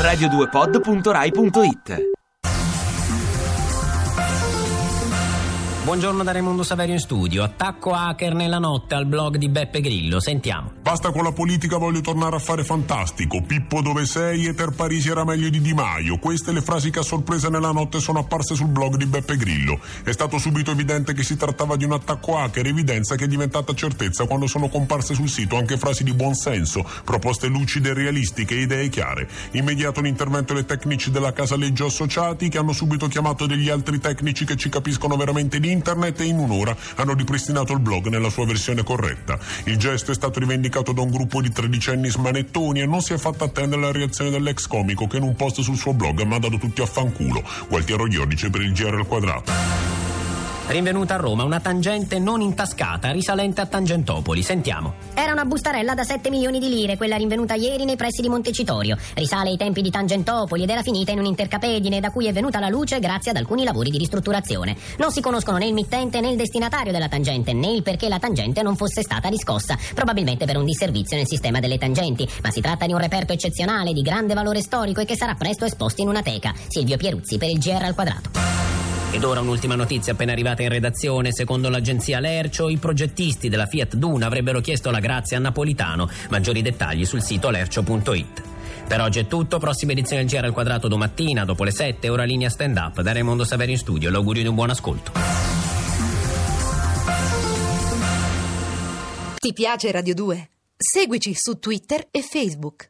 radio2pod.rai.it. Buongiorno da Raimondo Saverio in studio. Attacco hacker nella notte al blog di Beppe Grillo. Sentiamo. Basta con la politica, voglio tornare a fare fantastico. Pippo dove sei? Eter Parisi era meglio di Di Maio. Queste le frasi che a sorpresa nella notte sono apparse sul blog di Beppe Grillo. È stato subito evidente che si trattava di un attacco hacker, evidenza che è diventata certezza quando sono comparse sul sito anche frasi di buon senso, proposte lucide e realistiche, idee chiare. Immediato l'intervento dei tecnici della Casa Legge Associati, che hanno subito chiamato degli altri tecnici che ci capiscono veramente di internet, e in un'ora hanno ripristinato il blog nella sua versione corretta. Il gesto è stato rivendicato da un gruppo di tredicenni smanettoni e non si è fatta attendere la reazione dell'ex comico, che in un post sul suo blog ha mandato tutti a fanculo. Gualtiero Iodice per il GR al quadrato. Rinvenuta a Roma una tangente non intascata risalente a Tangentopoli. Sentiamo. Era una bustarella da 7 milioni di lire, quella rinvenuta ieri nei pressi di Montecitorio. Risale ai tempi di Tangentopoli ed era finita in un intercapedine da cui è venuta la luce grazie ad alcuni lavori di ristrutturazione. Non si conoscono né il mittente né il destinatario della tangente, né il perché la tangente non fosse stata riscossa, probabilmente per un disservizio nel sistema delle tangenti, ma si tratta di un reperto eccezionale di grande valore storico e che sarà presto esposto in una teca. Silvio Pieruzzi per il GR al quadrato. Ed ora un'ultima notizia appena arrivata in redazione. Secondo l'agenzia Lercio, i progettisti della Fiat Duna avrebbero chiesto la grazia a Napolitano. Maggiori dettagli sul sito lercio.it. Per oggi è tutto. Prossima edizione del GR al quadrato domattina dopo le 7, ora linea stand up da Raimondo Saverio in studio. L'augurio di un buon ascolto. Ti piace Radio 2? Seguici su Twitter e Facebook.